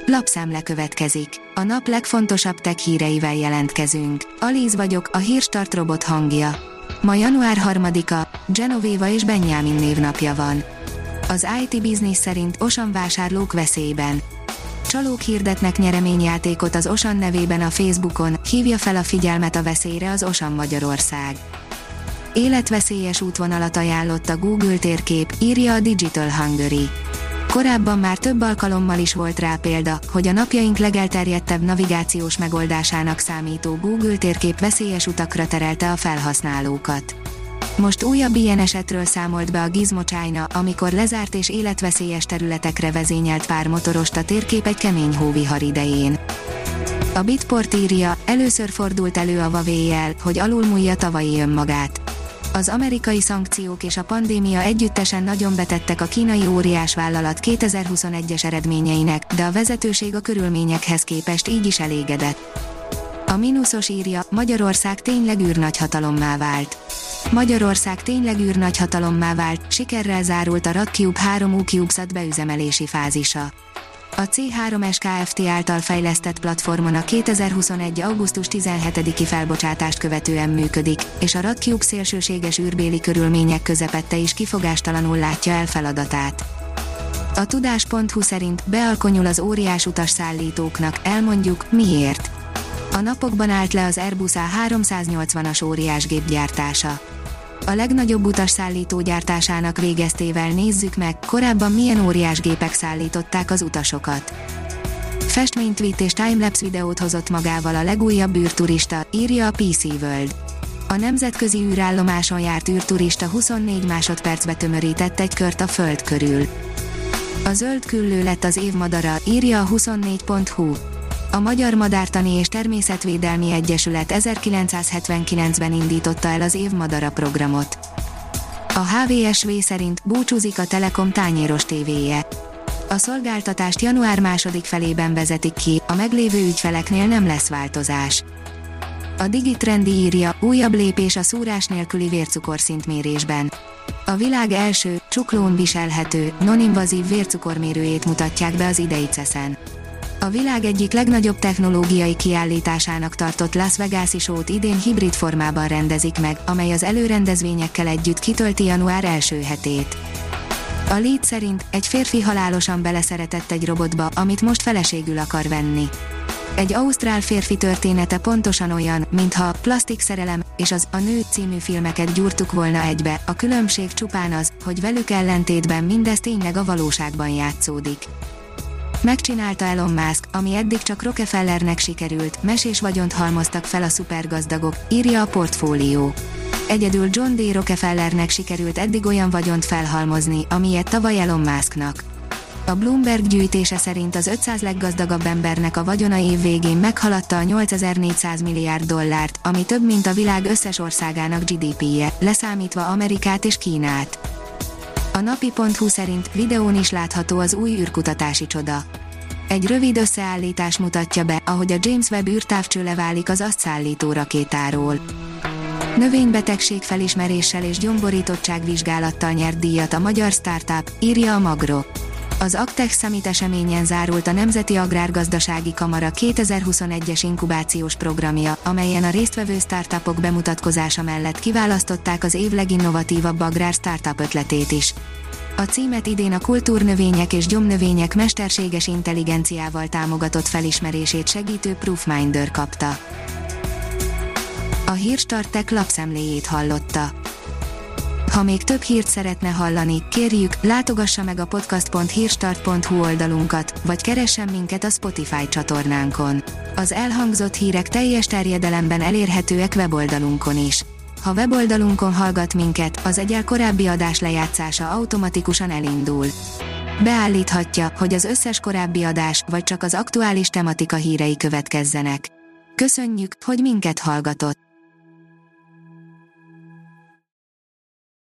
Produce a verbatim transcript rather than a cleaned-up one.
Lapszemle következik. A nap legfontosabb tech híreivel jelentkezünk. Alíz vagyok, a Hírstart robot hangja. Ma január harmadika, Genoveva és Benjamin névnapja van. Az i té Business szerint Osan vásárlók veszélyben. Csalók hirdetnek nyereményjátékot az Osan nevében a Facebookon, hívja fel a figyelmet a veszélyre az Osan Magyarország. Életveszélyes útvonalat ajánlott a Google térkép, írja a Digital Hungary. Korábban már több alkalommal is volt rá példa, hogy a napjaink legelterjedtebb navigációs megoldásának számító Google térkép veszélyes utakra terelte a felhasználókat. Most újabb ilyen esetről számolt be a Gizmo China, amikor lezárt és életveszélyes területekre vezényelt pár motorost a térkép egy kemény hóvihar idején. A Bitport írja, először fordult elő a Huawei-jel, hogy alulmúlja tavalyi önmagát. Az amerikai szankciók és a pandémia együttesen nagyon betettek a kínai óriásvállalat kétezer-huszonegyes eredményeinek, de a vezetőség a körülményekhez képest így is elégedett. A Minusos írja, Magyarország tényleg űrnagyhatalommá vált. Magyarország tényleg űrnagyhatalommá vált, sikerrel zárult a RadCube három U CubeSat beüzemelési fázisa. A cé három es Kft. Által fejlesztett platformon a kétezer-huszonegy. augusztus tizenhetediki felbocsátást követően működik, és a RadCube szélsőséges űrbéli körülmények közepette is kifogástalanul látja el feladatát. A tudás pont hu szerint bealkonyul az óriás utasszállítóknak, elmondjuk, miért. A napokban állt le az Airbus á háromszáznyolcvanas óriásgép gyártása. A legnagyobb utasszállító gyártásának végeztével nézzük meg, korábban milyen óriásgépek szállították az utasokat. Festménytweet és timelapse videót hozott magával a legújabb űrturista, írja a pé cé World. A nemzetközi űrállomáson járt űrturista huszonnégy másodpercbe tömörített egy kört a Föld körül. A zöld küllő lett az év madara, írja a huszonnégy pont hu. A Magyar Madártani és Természetvédelmi Egyesület ezerkilencszázhetvenkilencben indította el az év madara programot. A há vé es vé szerint búcsúzik a Telekom tányéros tévéje. A szolgáltatást január második felében vezetik ki, a meglévő ügyfeleknél nem lesz változás. A Digitrendi írja, újabb lépés a szúrás nélküli vércukorszintmérésben. A világ első, csuklón viselhető, non-invazív vércukormérőjét mutatják be az idei ceszen. A világ egyik legnagyobb technológiai kiállításának tartott Las Vegas-i show-t idén hibrid formában rendezik meg, amely az előrendezvényekkel együtt kitölti január első hetét. A Lead szerint egy férfi halálosan beleszeretett egy robotba, amit most feleségül akar venni. Egy ausztrál férfi története pontosan olyan, mintha Plastik szerelem és az A nő című filmeket gyúrtuk volna egybe, a különbség csupán az, hogy velük ellentétben mindez tényleg a valóságban játszódik. Megcsinálta Elon Musk, ami eddig csak Rockefellernek sikerült, mesés vagyont halmoztak fel a szupergazdagok, írja a Portfólió. Egyedül John D. Rockefellernek sikerült eddig olyan vagyont felhalmozni, amilyet tavaly Elon Musknak. A Bloomberg gyűjtése szerint az ötszáz leggazdagabb embernek a vagyona év végén meghaladta a nyolcezer-négyszáz milliárd dollárt, ami több mint a világ összes országának gé dé pé-je, leszámítva Amerikát és Kínát. A napi pont hu szerint videón is látható az új űrkutatási csoda. Egy rövid összeállítás mutatja be, ahogy a James Webb űrtávcső leválik az azt szállító rakétáról. Növénybetegség felismeréssel és gyomborítottság vizsgálattal nyert díjat a magyar startup, írja a Magro. Az Agtech Summit eseményen zárult a Nemzeti Agrárgazdasági Kamara kétezer-huszonegyes inkubációs programja, amelyen a résztvevő startupok bemutatkozása mellett kiválasztották az év leginnovatívabb agrár startup ötletét is. A címet idén a kultúrnövények és gyomnövények mesterséges intelligenciával támogatott felismerését segítő Proofminder kapta. A Hírstart Tech lapszemléjét hallotta. Ha még több hírt szeretne hallani, kérjük, látogassa meg a podcast pont hírstart pont hu oldalunkat, vagy keressen minket a Spotify csatornánkon. Az elhangzott hírek teljes terjedelemben elérhetőek weboldalunkon is. Ha weboldalunkon hallgat minket, az egyel korábbi adás lejátszása automatikusan elindul. Beállíthatja, hogy az összes korábbi adás, vagy csak az aktuális tematika hírei következzenek. Köszönjük, hogy minket hallgatott!